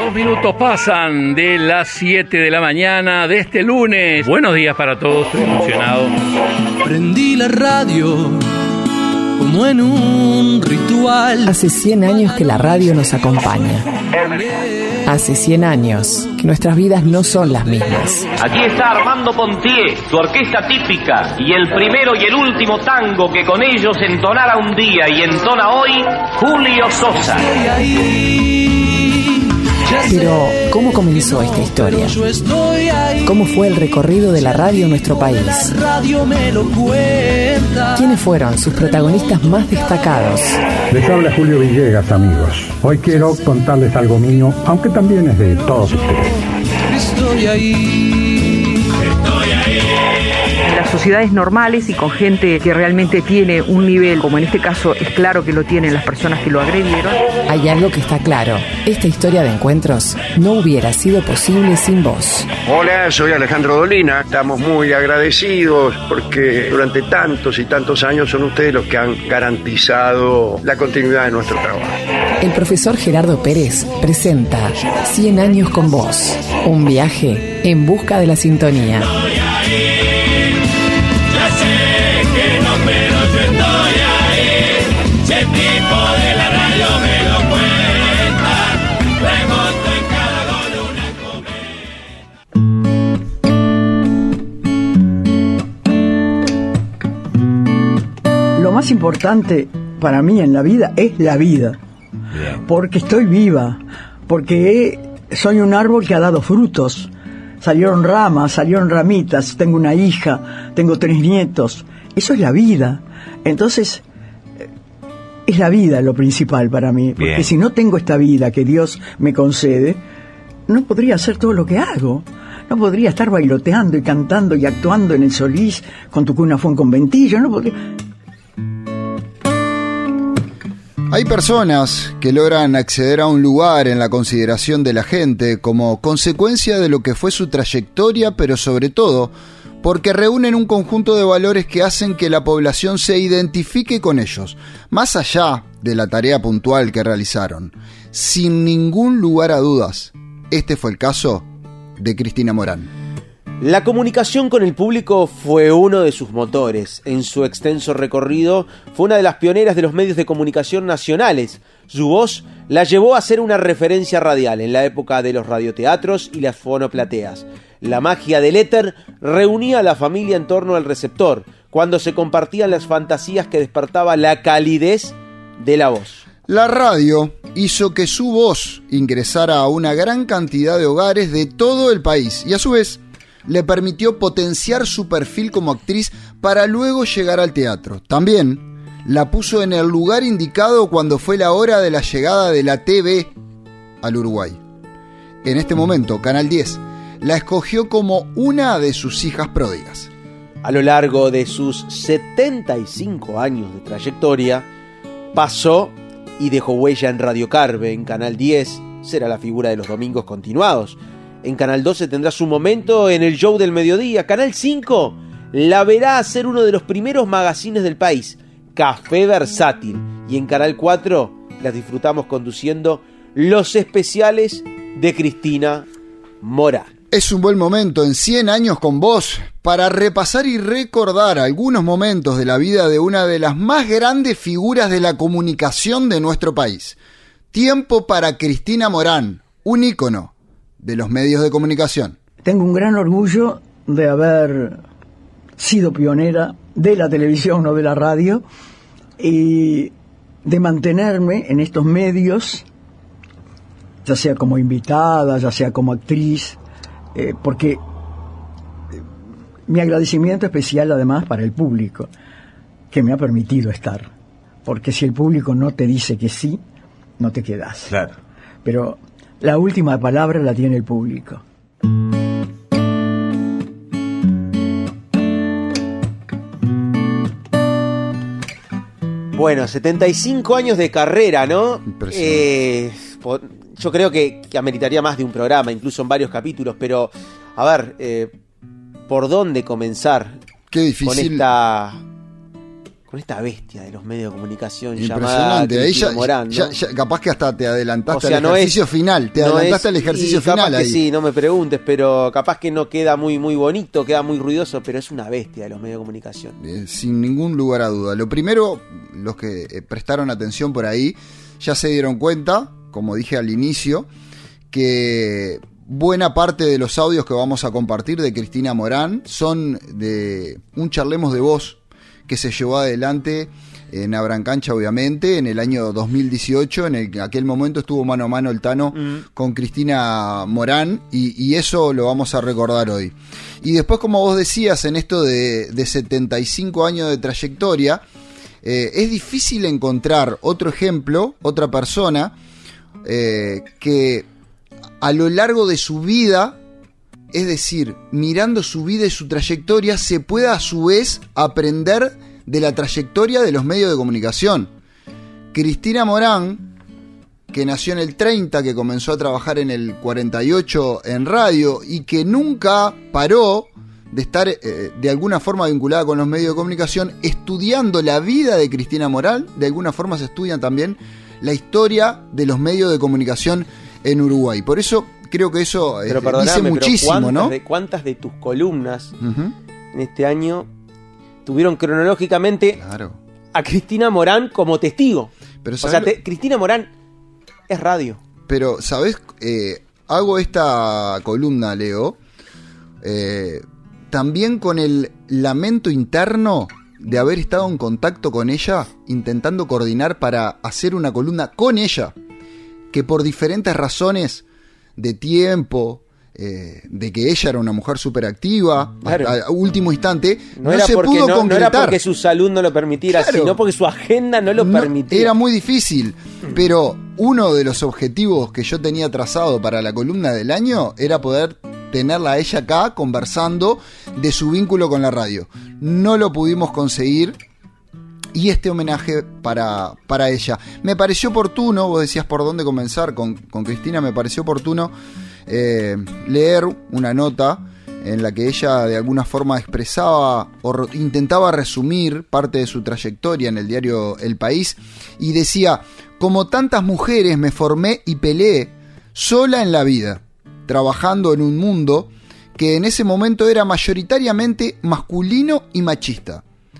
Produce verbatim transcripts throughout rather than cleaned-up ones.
Dos minutos pasan de las siete de la mañana de este lunes. Buenos días para todos, estoy emocionado. Prendí la radio como en un ritual. Hace cien años que la radio nos acompaña. Hace cien años que nuestras vidas no son las mismas. Aquí está Armando Pontier, su orquesta típica, y el primero y el último tango que con ellos entonara un día y entona hoy, Julio Sosa. Pero, ¿cómo comenzó esta historia? ¿Cómo fue el recorrido de la radio en nuestro país? ¿Quiénes fueron sus protagonistas más destacados? Les habla Julio Villegas, amigos. Hoy quiero contarles algo mío, aunque también es de todos ustedes. Estoy ahí. Estoy ahí. En las sociedades normales y con gente que realmente tiene un nivel, como en este caso es claro que lo tienen las personas que lo agredieron. Hay algo que está claro. Esta historia de encuentros no hubiera sido posible sin vos. Hola, soy Alejandro Dolina. Estamos muy agradecidos porque durante tantos y tantos años son ustedes los que han garantizado la continuidad de nuestro trabajo. El profesor Gerardo Pérez presenta cien años con vos. Un viaje en busca de la sintonía. Lo más importante para mí en la vida es la vida. Bien. Porque estoy viva, porque soy un árbol que ha dado frutos. Salieron ramas, salieron ramitas, tengo una hija, tengo tres nietos. Eso es la vida. Entonces, es la vida lo principal para mí. Porque Bien. Si no tengo esta vida que Dios me concede, no podría hacer todo lo que hago. No podría estar bailoteando y cantando y actuando en el Solís con Tu Cuna Fue un Conventillo. No podría... Hay personas que logran acceder a un lugar en la consideración de la gente como consecuencia de lo que fue su trayectoria, pero sobre todo porque reúnen un conjunto de valores que hacen que la población se identifique con ellos, más allá de la tarea puntual que realizaron. Sin ningún lugar a dudas, este fue el caso de Cristina Morán. La comunicación con el público fue uno de sus motores. En su extenso recorrido fue una de las pioneras de los medios de comunicación nacionales. Su voz la llevó a ser una referencia radial en la época de los radioteatros y las fonoplateas. La magia del éter reunía a la familia en torno al receptor, cuando se compartían las fantasías que despertaba la calidez de la voz. La radio hizo que su voz ingresara a una gran cantidad de hogares de todo el país y a su vez le permitió potenciar su perfil como actriz para luego llegar al teatro. También la puso en el lugar indicado cuando fue la hora de la llegada de la T V al Uruguay. En este momento, Canal diez la escogió como una de sus hijas pródigas. A lo largo de sus setenta y cinco años de trayectoria, pasó y dejó huella en Radio Carve. En Canal diez será la figura de los domingos continuados. En Canal doce tendrá su momento en el show del mediodía. Canal cinco la verá hacer uno de los primeros magazines del país, Café Versátil. Y en Canal cuatro las disfrutamos conduciendo los especiales de Cristina Morán. Es un buen momento en cien años con vos para repasar y recordar algunos momentos de la vida de una de las más grandes figuras de la comunicación de nuestro país. Tiempo para Cristina Morán, un ícono de los medios de comunicación. Tengo un gran orgullo de haber sido pionera de la televisión o de la radio y de mantenerme en estos medios, ya sea como invitada, ya sea como actriz, eh, porque eh, mi agradecimiento especial además para el público que me ha permitido estar, porque si el público no te dice que sí, no te quedas. Claro. Pero la última palabra la tiene el público. Bueno, setenta y cinco años de carrera, ¿no? Eh, yo creo que, que ameritaría más de un programa, incluso en varios capítulos, pero a ver, eh, ¿por dónde comenzar? Qué difícil. Con esta, con con esta bestia de los medios de comunicación llamada impresionante. Ahí ya, Morán, ¿no? ya, ya, capaz que hasta te adelantaste O sea, al no ejercicio es- final. Te no adelantaste es- al ejercicio y capaz final que ahí. sí, no me preguntes, pero capaz que no queda muy, muy bonito, queda muy ruidoso, pero es una bestia de los medios de comunicación. Eh, sin ningún lugar a duda. Lo primero, los que eh, prestaron atención por ahí, ya se dieron cuenta, como dije al inicio, que buena parte de los audios que vamos a compartir de Cristina Morán son de un charlemos de voz que se llevó adelante en Abran Cancha, obviamente, en el año dos mil dieciocho, en el que en aquel momento estuvo mano a mano el Tano Mm. con Cristina Morán, y, y eso lo vamos a recordar hoy. Y después, como vos decías, en esto de, de setenta y cinco años de trayectoria, eh, es difícil encontrar otro ejemplo, otra persona, eh, que a lo largo de su vida, es decir, mirando su vida y su trayectoria, se pueda a su vez aprender de la trayectoria de los medios de comunicación. Cristina Morán, que nació en el treinta, que comenzó a trabajar en el cuarenta y ocho en radio y que nunca paró de estar eh, de alguna forma vinculada con los medios de comunicación, estudiando la vida de Cristina Morán. De alguna forma se estudian también la historia de los medios de comunicación en Uruguay. Por eso creo que eso eh, Pero dice perdóname, pero muchísimo, ¿cuántas ¿no? de, ¿cuántas de tus columnas Ujú. en este año tuvieron cronológicamente Claro. a Cristina Morán como testigo? Pero, O sea, ¿sabés lo- te- Cristina Morán es radio. Pero, ¿sabés? Eh, hago esta columna, Leo, eh, también con el lamento interno de haber estado en contacto con ella, intentando coordinar para hacer una columna con ella, que por diferentes razones de tiempo, eh, de que ella era una mujer súper activa, Claro. hasta último instante, No, no, era se porque pudo no, no concretar. era porque su salud no lo permitiera, Claro. sino porque su agenda no lo No, permitía. era muy difícil, pero uno de los objetivos que yo tenía trazado para la columna del año era poder tenerla a ella acá conversando de su vínculo con la radio. No lo pudimos conseguir, y este homenaje para, para ella. Me pareció oportuno, vos decías por dónde comenzar con, con Cristina, me pareció oportuno eh, leer una nota en la que ella de alguna forma expresaba o re- intentaba resumir parte de su trayectoria en el diario El País, y decía: como tantas mujeres me formé y peleé sola en la vida, trabajando en un mundo que en ese momento era mayoritariamente masculino y machista.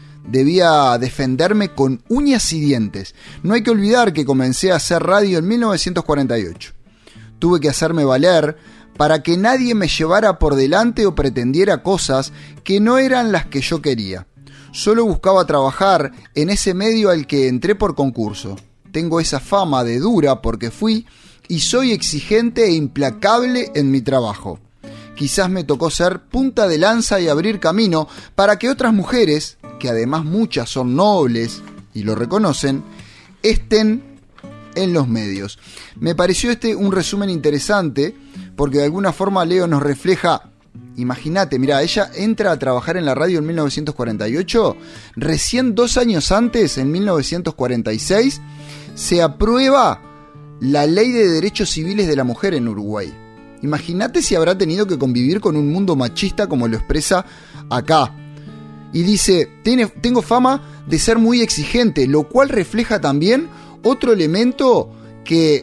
Debía defenderme con uñas y dientes. No hay que olvidar que comencé a hacer radio en mil novecientos cuarenta y ocho. Tuve que hacerme valer para que nadie me llevara por delante o pretendiera cosas que no eran las que yo quería. Solo buscaba trabajar en ese medio al que entré por concurso. Tengo esa fama de dura porque fui y soy exigente e implacable en mi trabajo. Quizás me tocó ser punta de lanza y abrir camino para que otras mujeres, que además muchas son nobles y lo reconocen, estén en los medios. Me pareció este un resumen interesante porque de alguna forma Leo nos refleja. Imagínate, mira, ella entra a trabajar en la radio en mil novecientos cuarenta y ocho, recién dos años antes, en mil novecientos cuarenta y seis, se aprueba la Ley de Derechos Civiles de la Mujer en Uruguay. Imagínate si habrá tenido que convivir con un mundo machista como lo expresa acá. Y dice: Tiene, tengo fama de ser muy exigente, lo cual refleja también otro elemento que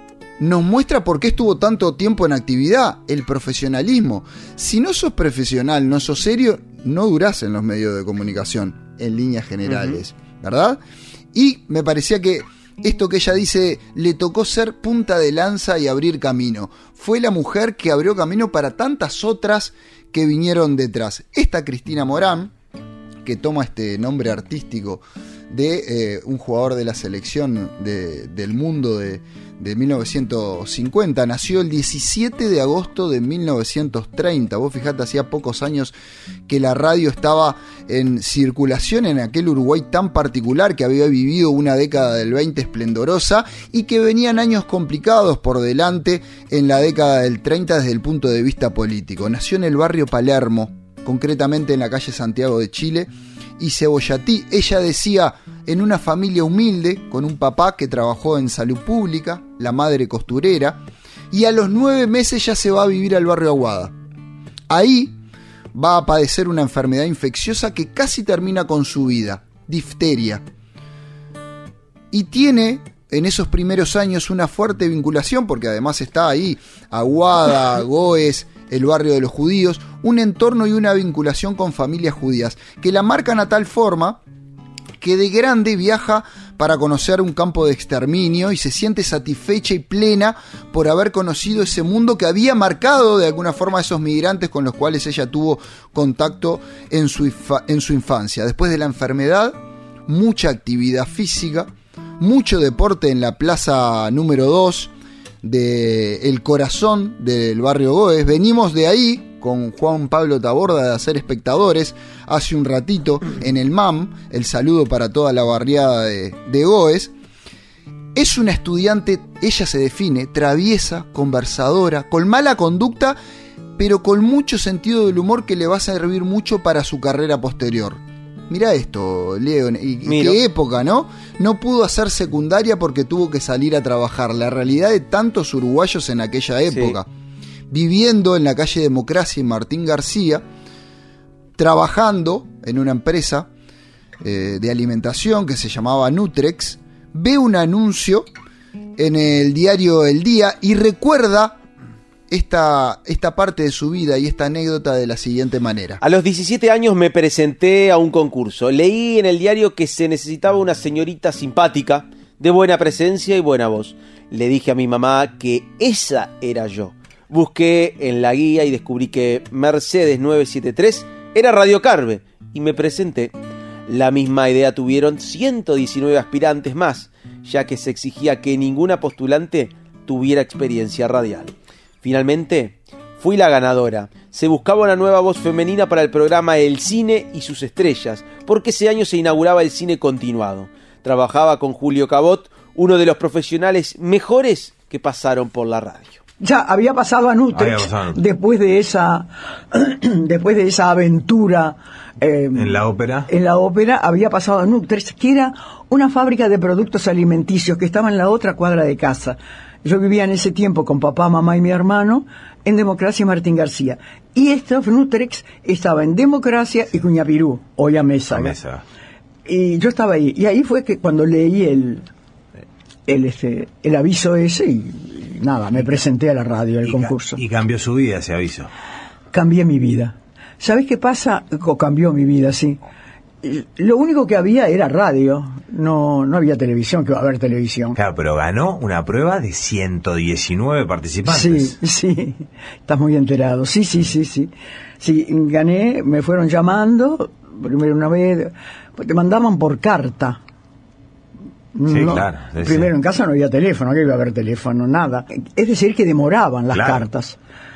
nos muestra por qué estuvo tanto tiempo en actividad: el profesionalismo. Si no sos profesional, no sos serio, no durás en los medios de comunicación, en líneas generales, uh-huh. ¿verdad? Y me parecía que esto que ella dice, le tocó ser punta de lanza y abrir camino. Fue la mujer que abrió camino para tantas otras que vinieron detrás. Esta Cristina Morán, que toma este nombre artístico de eh, un jugador de la selección de, del mundo de, de mil novecientos cincuenta, nació el diecisiete de agosto de mil novecientos treinta. Vos fijate, hacía pocos años que la radio estaba en circulación en aquel Uruguay tan particular, que había vivido una década del veinte esplendorosa y que venían años complicados por delante en la década del treinta desde el punto de vista político. Nació en el barrio Palermo, concretamente en la calle Santiago de Chile y Cebollatí. Ella decía: en una familia humilde, con un papá que trabajó en salud pública, la madre costurera, y a los nueve meses ya se va a vivir al barrio Aguada. Ahí va a padecer una enfermedad infecciosa que casi termina con su vida. difteria. Y tiene en esos primeros años una fuerte vinculación, porque además está ahí Aguada, Goes, el barrio de los judíos, un entorno y una vinculación con familias judías, que la marcan a tal forma que de grande viaja para conocer un campo de exterminio y se siente satisfecha y plena por haber conocido ese mundo que había marcado de alguna forma a esos migrantes con los cuales ella tuvo contacto en su, infa- en su infancia. Después de la enfermedad, mucha actividad física, mucho deporte en la plaza número dos de El Corazón del barrio Goes. Venimos de ahí con Juan Pablo Taborda de hacer espectadores hace un ratito en el M A M, el saludo para toda la barriada de, de Goes. Es una estudiante, ella se define, traviesa, conversadora, con mala conducta, pero con mucho sentido del humor que le va a servir mucho para su carrera posterior. Mirá esto, Leo, y, y qué época, ¿no? No pudo hacer secundaria porque tuvo que salir a trabajar. La realidad de tantos uruguayos en aquella época. Sí. Viviendo en la calle Democracia y Martín García, trabajando en una empresa eh, de alimentación que se llamaba Nutrex, ve un anuncio en el diario El Día y recuerda esta, esta parte de su vida y esta anécdota de la siguiente manera. A los diecisiete años me presenté a un concurso. Leí en el diario que se necesitaba una señorita simpática, de buena presencia y buena voz. Le dije a mi mamá que esa era yo. Busqué en la guía y descubrí que Mercedes novecientos setenta y tres era Radio Carve y me presenté. La misma idea tuvieron ciento diecinueve aspirantes más, ya que se exigía que ninguna postulante tuviera experiencia radial. Finalmente, fui la ganadora. Se buscaba una nueva voz femenina para el programa El Cine y sus estrellas, porque ese año se inauguraba el cine continuado. Trabajaba con Julio Cabot, uno de los profesionales mejores que pasaron por la radio. Ya había pasado a Nutrex después de esa después de esa aventura eh, en la ópera. En la ópera había pasado a Nutrex, que era una fábrica de productos alimenticios que estaba en la otra cuadra de casa. Yo vivía en ese tiempo con papá, mamá y mi hermano en Democracia y Martín García. Y esto, Nutrex, estaba en Democracia y Cuñapirú, hoy a Mesa. Y yo estaba ahí. Y ahí fue que cuando leí el el este el aviso ese y nada, me presenté a la radio, al concurso. Y cambió su vida ese aviso. Cambié mi vida. ¿Sabés qué pasa? O cambió mi vida, sí. Lo único que había era radio, no no había televisión, que va a haber televisión. Claro, pero ganó una prueba de ciento diecinueve participantes. Sí, sí, estás muy enterado. Sí, sí, sí, sí. Sí, gané, me fueron llamando, primero una vez, te mandaban por carta. Sí, no, claro. Sí, primero sí. En casa no había teléfono, que iba a haber teléfono, nada. Es decir, que demoraban las claro. cartas.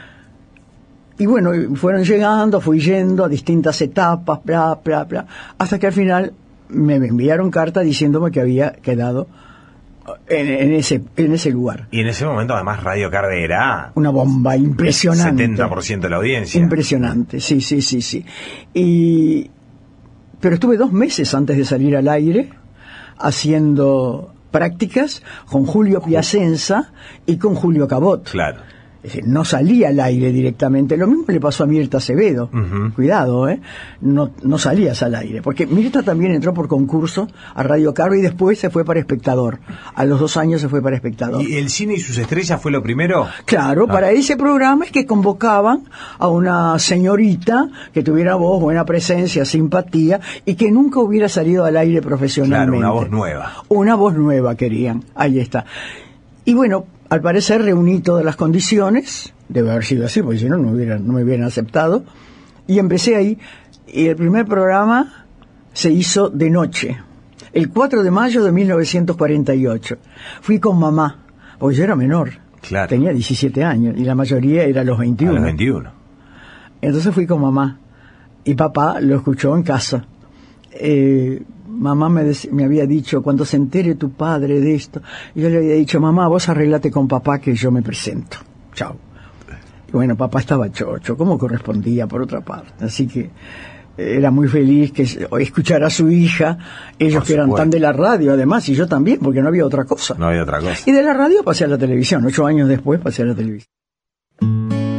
Y bueno, fueron llegando, fui yendo a distintas etapas, bla, bla, bla, hasta que al final me enviaron carta diciéndome que había quedado en, en ese en ese lugar. Y en ese momento además Radio Carve era una bomba impresionante. setenta por ciento de la audiencia. Impresionante, sí, sí, sí, sí. Y pero estuve dos meses antes de salir al aire haciendo prácticas con Julio Piacenza y con Julio Cabot. Claro. Es decir, no salía al aire directamente. Lo mismo le pasó a Mirta Acevedo. Uh-huh. Cuidado, ¿eh? No, no salías al aire. Porque Mirta también entró por concurso a Radio Carve y después se fue para Espectador. A los dos años se fue para Espectador. ¿Y El Cine y sus estrellas fue lo primero? Claro, ah. Para ese programa es que convocaban a una señorita que tuviera voz, buena presencia, simpatía y que nunca hubiera salido al aire profesionalmente. Claro, una voz nueva. Una voz nueva querían. Ahí está. Y bueno, al parecer reuní todas las condiciones, debe haber sido así, porque si no, no, hubieran, no me hubieran aceptado, y empecé ahí, y el primer programa se hizo de noche, el cuatro de mayo de mil novecientos cuarenta y ocho. Fui con mamá, porque yo era menor, claro. Tenía diecisiete años, y la mayoría era los veintiuno. A los veintiuno. Entonces fui con mamá, y papá lo escuchó en casa. Eh... Mamá me, dec- me había dicho, cuando se entere tu padre de esto, y yo le había dicho, mamá, vos arreglate con papá que yo me presento. Chao. Y bueno, papá estaba chocho, como correspondía por otra parte. Así que era muy feliz que escuchar a su hija, ellos por que eran tan de la radio además, y yo también, porque no había otra cosa. No había otra cosa. Y de la radio pasé a la televisión, ocho años después pasé a la televisión.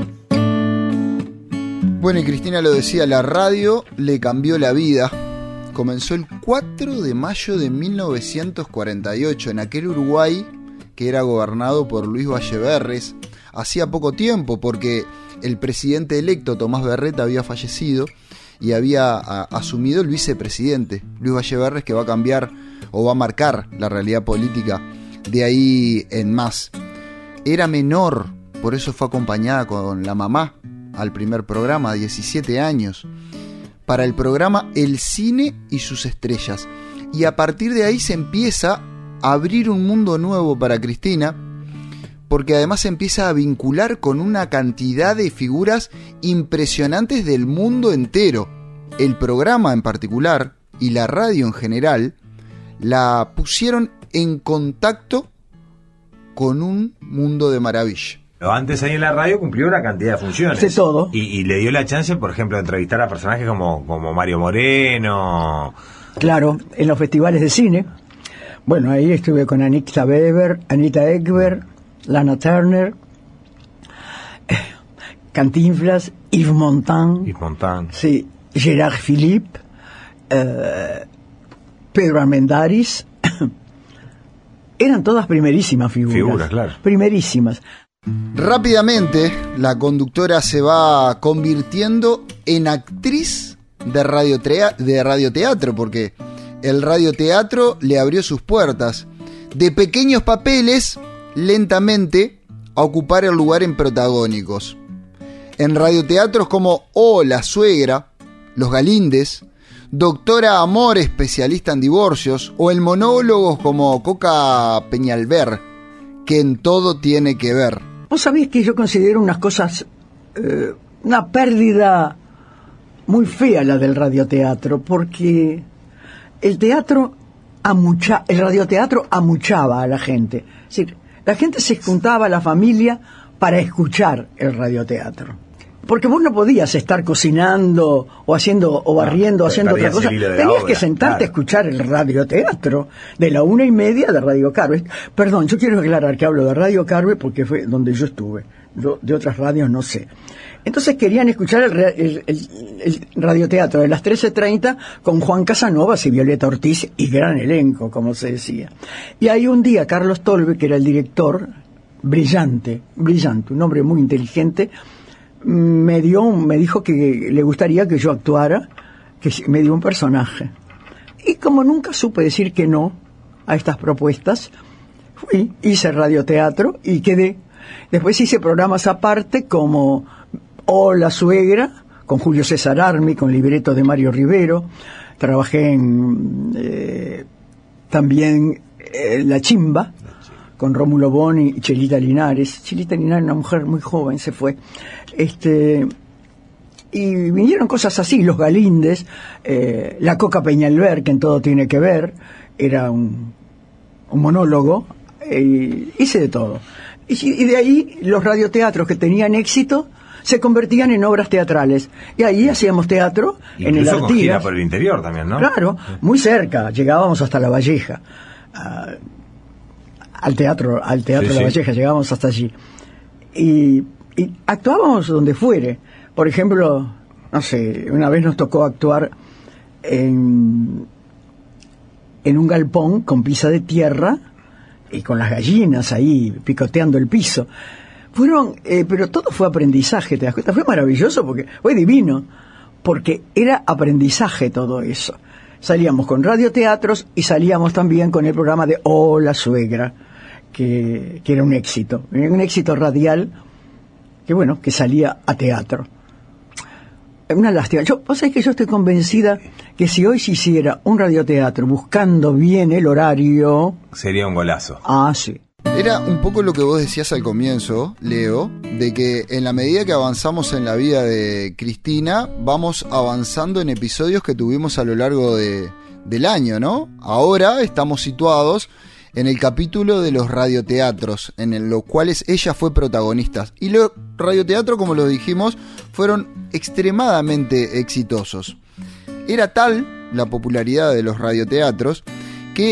Bueno, y Cristina lo decía, la radio le cambió la vida. comenzó el cuatro de mayo de mil novecientos cuarenta y ocho en aquel Uruguay que era gobernado por Luis Valleverres hacía poco tiempo, porque el presidente electo Tomás Berreta había fallecido y había a, asumido el vicepresidente Luis Valleverres, que va a cambiar o va a marcar la realidad política de ahí en más. Era menor, por eso fue acompañada con la mamá al primer programa, diecisiete años, para el programa El Cine y sus Estrellas. Y a partir de ahí se empieza a abrir un mundo nuevo para Cristina, porque además se empieza a vincular con una cantidad de figuras impresionantes del mundo entero. El programa en particular y la radio en general la pusieron en contacto con un mundo de maravilla. Pero antes ahí en la radio cumplió una cantidad de funciones. De todo. Y, y le dio la chance, por ejemplo, de entrevistar a personajes como, como Mario Moreno. Claro, en los festivales de cine. Bueno, ahí estuve con Anita Weber, Anita Ekberg, Lana Turner, eh, Cantinflas, Yves Montand. Yves Montand. Sí, Gerard Philippe, eh, Pedro Armendáriz. Eran todas primerísimas figuras. Figuras, claro. Primerísimas. Rápidamente, la conductora se va convirtiendo en actriz de, radiotrea- de radioteatro, porque el radioteatro le abrió sus puertas. De pequeños papeles, lentamente, a ocupar el lugar en protagónicos. En radioteatros como Oh, la suegra, Los Galíndez, Doctora Amor, especialista en divorcios, o en monólogos como Coca Peñalver, que en todo tiene que ver. Vos sabés que yo considero unas cosas, eh, una pérdida muy fea la del radioteatro, porque el teatro amucha, el radioteatro amuchaba a la gente. Es decir, la gente se juntaba a la familia para escuchar el radioteatro. Porque vos no podías estar cocinando o haciendo o barriendo o no, haciendo otra cosa. Tenías obra, que sentarte claro. a escuchar el radioteatro de la una y media de Radio Carve. Perdón, yo quiero aclarar que hablo de Radio Carve porque fue donde yo estuve. Yo, de otras radios no sé. Entonces querían escuchar el, el, el, el radioteatro de las trece treinta con Juan Casanovas y Violeta Ortiz y gran elenco, como se decía. Y ahí un día Carlos Tolbe, que era el director, brillante, brillante, un hombre muy inteligente, me dio un, me dijo que le gustaría que yo actuara, que me dio un personaje. Y como nunca supe decir que no a estas propuestas, fui, hice radioteatro y quedé. Después hice programas aparte como Oh, la suegra, con Julio César Armi, con libreto de Mario Rivero. Trabajé en eh, también eh, La Chimba, con Rómulo Boni y Chelita Linares. Chelita Linares, una mujer muy joven, se fue. Este, y vinieron cosas así, Los Galíndez, eh, La Coca Peñalver, que en todo tiene que ver, era un, un monólogo, eh, hice de todo. Y, y de ahí los radioteatros que tenían éxito se convertían en obras teatrales. Y ahí hacíamos teatro. Incluso en el Artigas. Con gira por el interior también, ¿no? Claro, muy cerca, llegábamos hasta La Valleja. Uh, al teatro, al teatro sí, de La Valleja, sí. Llegábamos hasta allí. Y, y actuábamos donde fuere. Por ejemplo, no sé, una vez nos tocó actuar en, en un galpón con pisa de tierra y con las gallinas ahí picoteando el piso. Fueron, eh, pero todo fue aprendizaje, ¿te das cuenta? Fue maravilloso porque fue divino, porque era aprendizaje todo eso. Salíamos con radioteatros y salíamos también con el programa de Oh, la suegra, que, que era un éxito, un éxito radial, que bueno, que salía a teatro. Una lástima. Yo, vos sabés que yo estoy convencida que si hoy se hiciera un radioteatro buscando bien el horario... Sería un golazo. Ah, sí. Era un poco lo que vos decías al comienzo, Leo, de que en la medida que avanzamos en la vida de Cristina, vamos avanzando en episodios que tuvimos a lo largo de, del año, ¿no? Ahora estamos situados en el capítulo de los radioteatros, en los cuales ella fue protagonista. Y los radioteatros, como lo dijimos, fueron extremadamente exitosos. Era tal la popularidad de los radioteatros que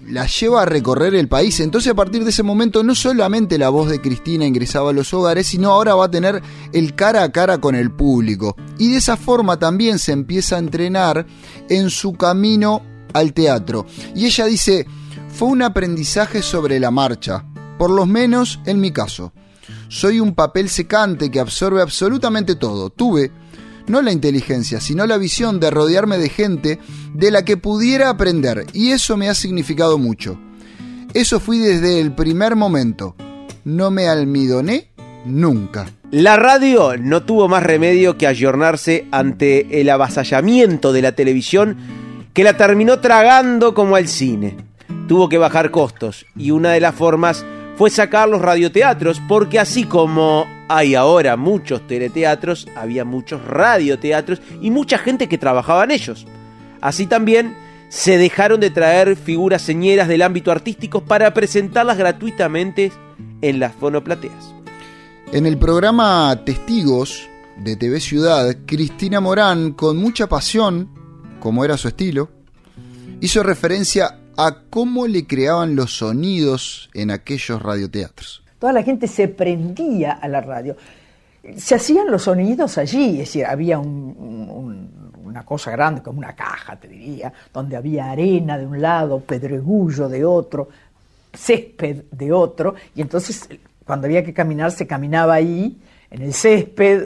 la lleva a recorrer el país. Entonces, a partir de ese momento, no solamente la voz de Cristina ingresaba a los hogares, sino ahora va a tener el cara a cara con el público. Y de esa forma también se empieza a entrenar en su camino al teatro. Y ella dice, fue un aprendizaje sobre la marcha, por lo menos en mi caso. Soy un papel secante que absorbe absolutamente todo. Tuve no la inteligencia, sino la visión de rodearme de gente de la que pudiera aprender, y eso me ha significado mucho. Eso fui desde el primer momento. No me almidoné nunca. La radio no tuvo más remedio que ayornarse ante el avasallamiento de la televisión, que la terminó tragando como al cine. Tuvo que bajar costos, y una de las formas fue sacar los radioteatros, porque así como hay ahora muchos teleteatros, había muchos radioteatros y mucha gente que trabajaba en ellos. Así también se dejaron de traer figuras señeras del ámbito artístico para presentarlas gratuitamente en las fonoplateas. En el programa Testigos de T V Ciudad, Cristina Morán, con mucha pasión, como era su estilo, hizo referencia a cómo le creaban los sonidos en aquellos radioteatros. Toda la gente se prendía a la radio. Se hacían los sonidos allí, es decir, había un, un, una cosa grande, como una caja, te diría, donde había arena de un lado, pedregullo de otro, césped de otro, y entonces cuando había que caminar se caminaba ahí, en el césped,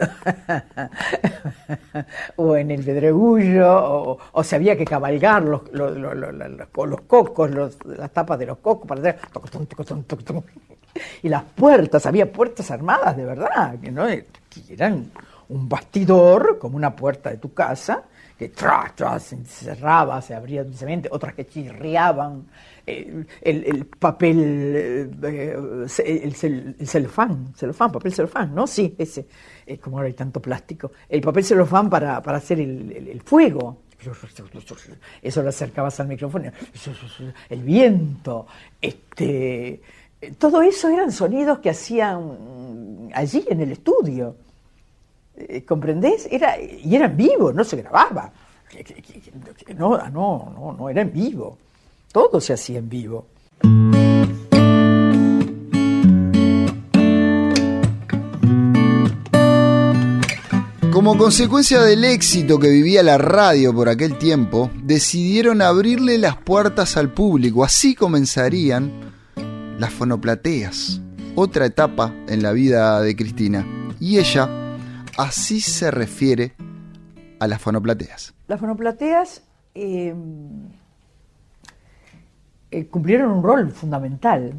o en el pedregullo, o, o se había que cabalgar los, los, los, los, los, los cocos, los, las tapas de los cocos, para hacer tocotón, tocotón, tocotón. Y las puertas, había puertas armadas de verdad, que no que eran un bastidor, como una puerta de tu casa, que tra, tra, se cerraba, se abría dulcemente, otras que chirriaban, eh, el, el papel, eh, el, el, el celofán, celofán, papel celofán, ¿no? Sí, ese, eh, como ahora hay tanto plástico, el papel celofán para, para hacer el, el, el fuego. Eso lo acercabas al micrófono, el viento, este... Todo eso eran sonidos que hacían allí en el estudio. ¿Comprendés? Era, y eran vivos, no se grababa. No, no, no, no, era en vivo. Todo se hacía en vivo. Como consecuencia del éxito que vivía la radio por aquel tiempo, decidieron abrirle las puertas al público. Así comenzarían las fonoplateas, otra etapa en la vida de Cristina. Y ella así se refiere a las fonoplateas. Las fonoplateas eh, eh, cumplieron un rol fundamental,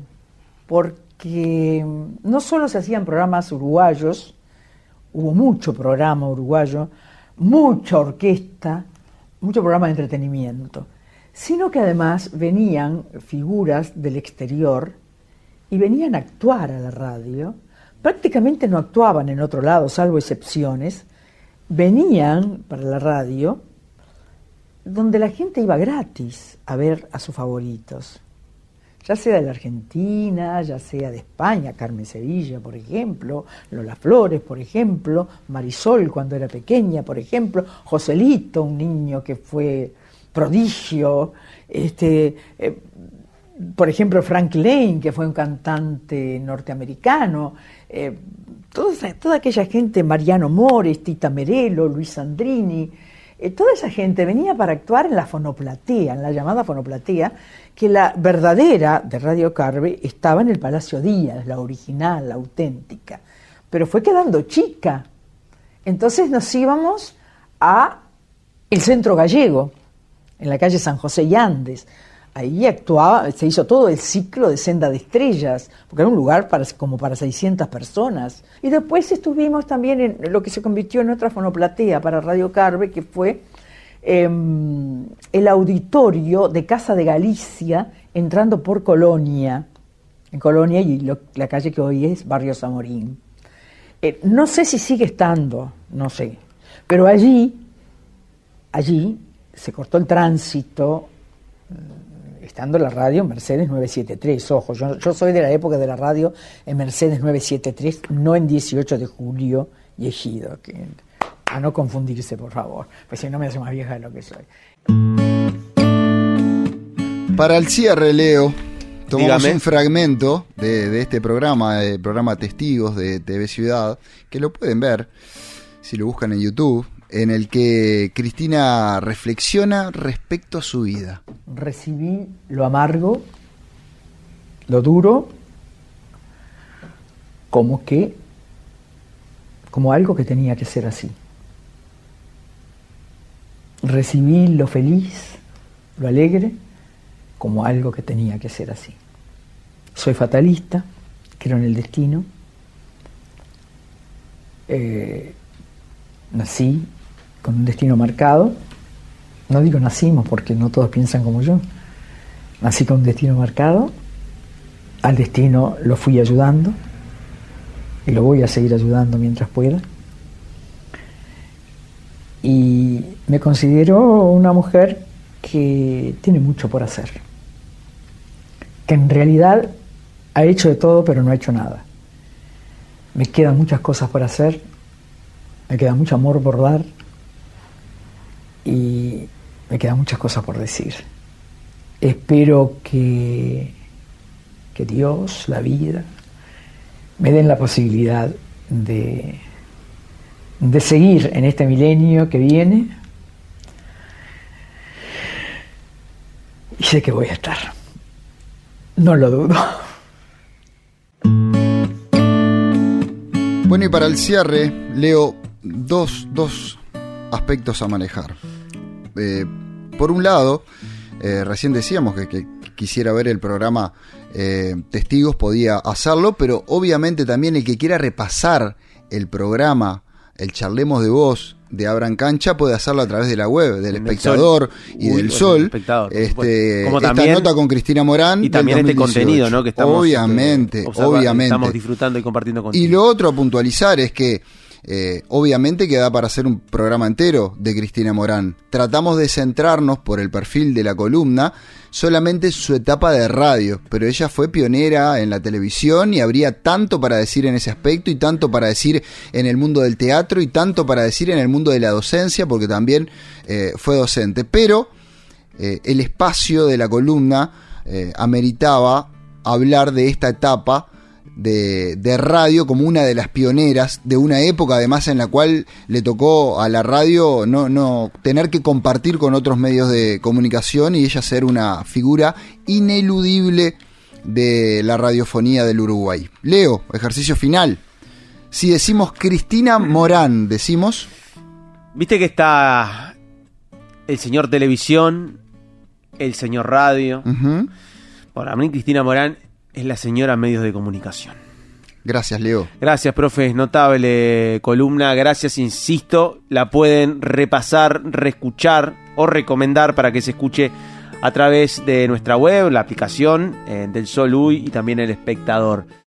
porque no solo se hacían programas uruguayos, hubo mucho programa uruguayo, mucha orquesta, mucho programa de entretenimiento, sino que además venían figuras del exterior y venían a actuar a la radio. Prácticamente no actuaban en otro lado, salvo excepciones. Venían para la radio, donde la gente iba gratis a ver a sus favoritos, ya sea de la Argentina, ya sea de España, Carmen Sevilla, por ejemplo, Lola Flores, por ejemplo, Marisol cuando era pequeña, por ejemplo, Joselito, un niño que fue prodigio, este... Eh, por ejemplo, Frank Lane, que fue un cantante norteamericano, eh, toda, toda aquella gente, Mariano Mores, Tita Merelo, Luis Sandrini, eh, toda esa gente venía para actuar en la fonoplatea, en la llamada fonoplatea, que la verdadera de Radio Carve estaba en el Palacio Díaz, la original, la auténtica, pero fue quedando chica. Entonces nos íbamos a el Centro Gallego, en la calle San José y Andes. Ahí actuaba, se hizo todo el ciclo de Senda de Estrellas, porque era un lugar para, como para seiscientas personas. Y después estuvimos también en lo que se convirtió en otra fonoplatea para Radio Carve, que fue eh, el auditorio de Casa de Galicia, entrando por Colonia, en Colonia y lo, la calle que hoy es Barrio Zamorín. Eh, no sé si sigue estando, no sé, pero allí, allí se cortó el tránsito, estando la radio en Mercedes novecientos setenta y tres, ojo, yo, yo soy de la época de la radio en Mercedes novecientos setenta y tres, no en dieciocho de julio y Ejido, que, a no confundirse, por favor, pues si no me hace más vieja de lo que soy. Para el cierre, Leo, tomamos Dígame. un fragmento de, de este programa, el programa Testigos de T V Ciudad, que lo pueden ver si lo buscan en YouTube, en el que Cristina reflexiona respecto a su vida. Recibí lo amargo, lo duro, como que, como algo que tenía que ser así. Recibí lo feliz, lo alegre, como algo que tenía que ser así. Soy fatalista, creo en el destino. Eh, nací con un destino marcado. No digo nacimos porque no todos piensan como yo. Nací con un destino marcado. Al destino lo fui ayudando y lo voy a seguir ayudando mientras pueda. Y me considero una mujer que tiene mucho por hacer, que en realidad ha hecho de todo pero no ha hecho nada. Me quedan muchas cosas por hacer, me queda mucho amor por dar y me quedan muchas cosas por decir. Espero que, que Dios, la vida, me den la posibilidad de, de seguir en este milenio que viene. Y sé que voy a estar. No lo dudo. Bueno, y para el cierre, Leo, dos, dos aspectos a manejar. Eh, por un lado, eh, recién decíamos que, que quisiera ver el programa eh, Testigos, podía hacerlo, pero obviamente también el que quiera repasar el programa, el Charlemos de Voz de Abran Cancha, puede hacerlo a través de la web del En Espectador el y Uy, del del Sol. Espectador, Este, Como esta también, nota con Cristina Morán y también del este dos mil dieciocho. contenido, ¿no? Que estamos, obviamente, este, observa- obviamente. estamos disfrutando y compartiendo contigo. Y lo otro a puntualizar es que eh, obviamente que da para hacer un programa entero de Cristina Morán. Tratamos de centrarnos por el perfil de la columna solamente su etapa de radio, pero ella fue pionera en la televisión y habría tanto para decir en ese aspecto y tanto para decir en el mundo del teatro y tanto para decir en el mundo de la docencia, porque también eh, fue docente. Pero eh, el espacio de la columna eh, ameritaba hablar de esta etapa De, de radio como una de las pioneras de una época además en la cual le tocó a la radio no, no tener que compartir con otros medios de comunicación y ella ser una figura ineludible de la radiofonía del Uruguay. Leo, ejercicio final. Si decimos Cristina Morán, decimos... Viste que está el señor televisión, el señor radio. Uh-huh. Para mí Cristina Morán es la señora medios de comunicación. Gracias, Leo. Gracias, profe, es notable columna. Gracias, insisto, la pueden repasar, reescuchar o recomendar para que se escuche a través de nuestra web, la aplicación eh, del Sol U Y y también el Espectador.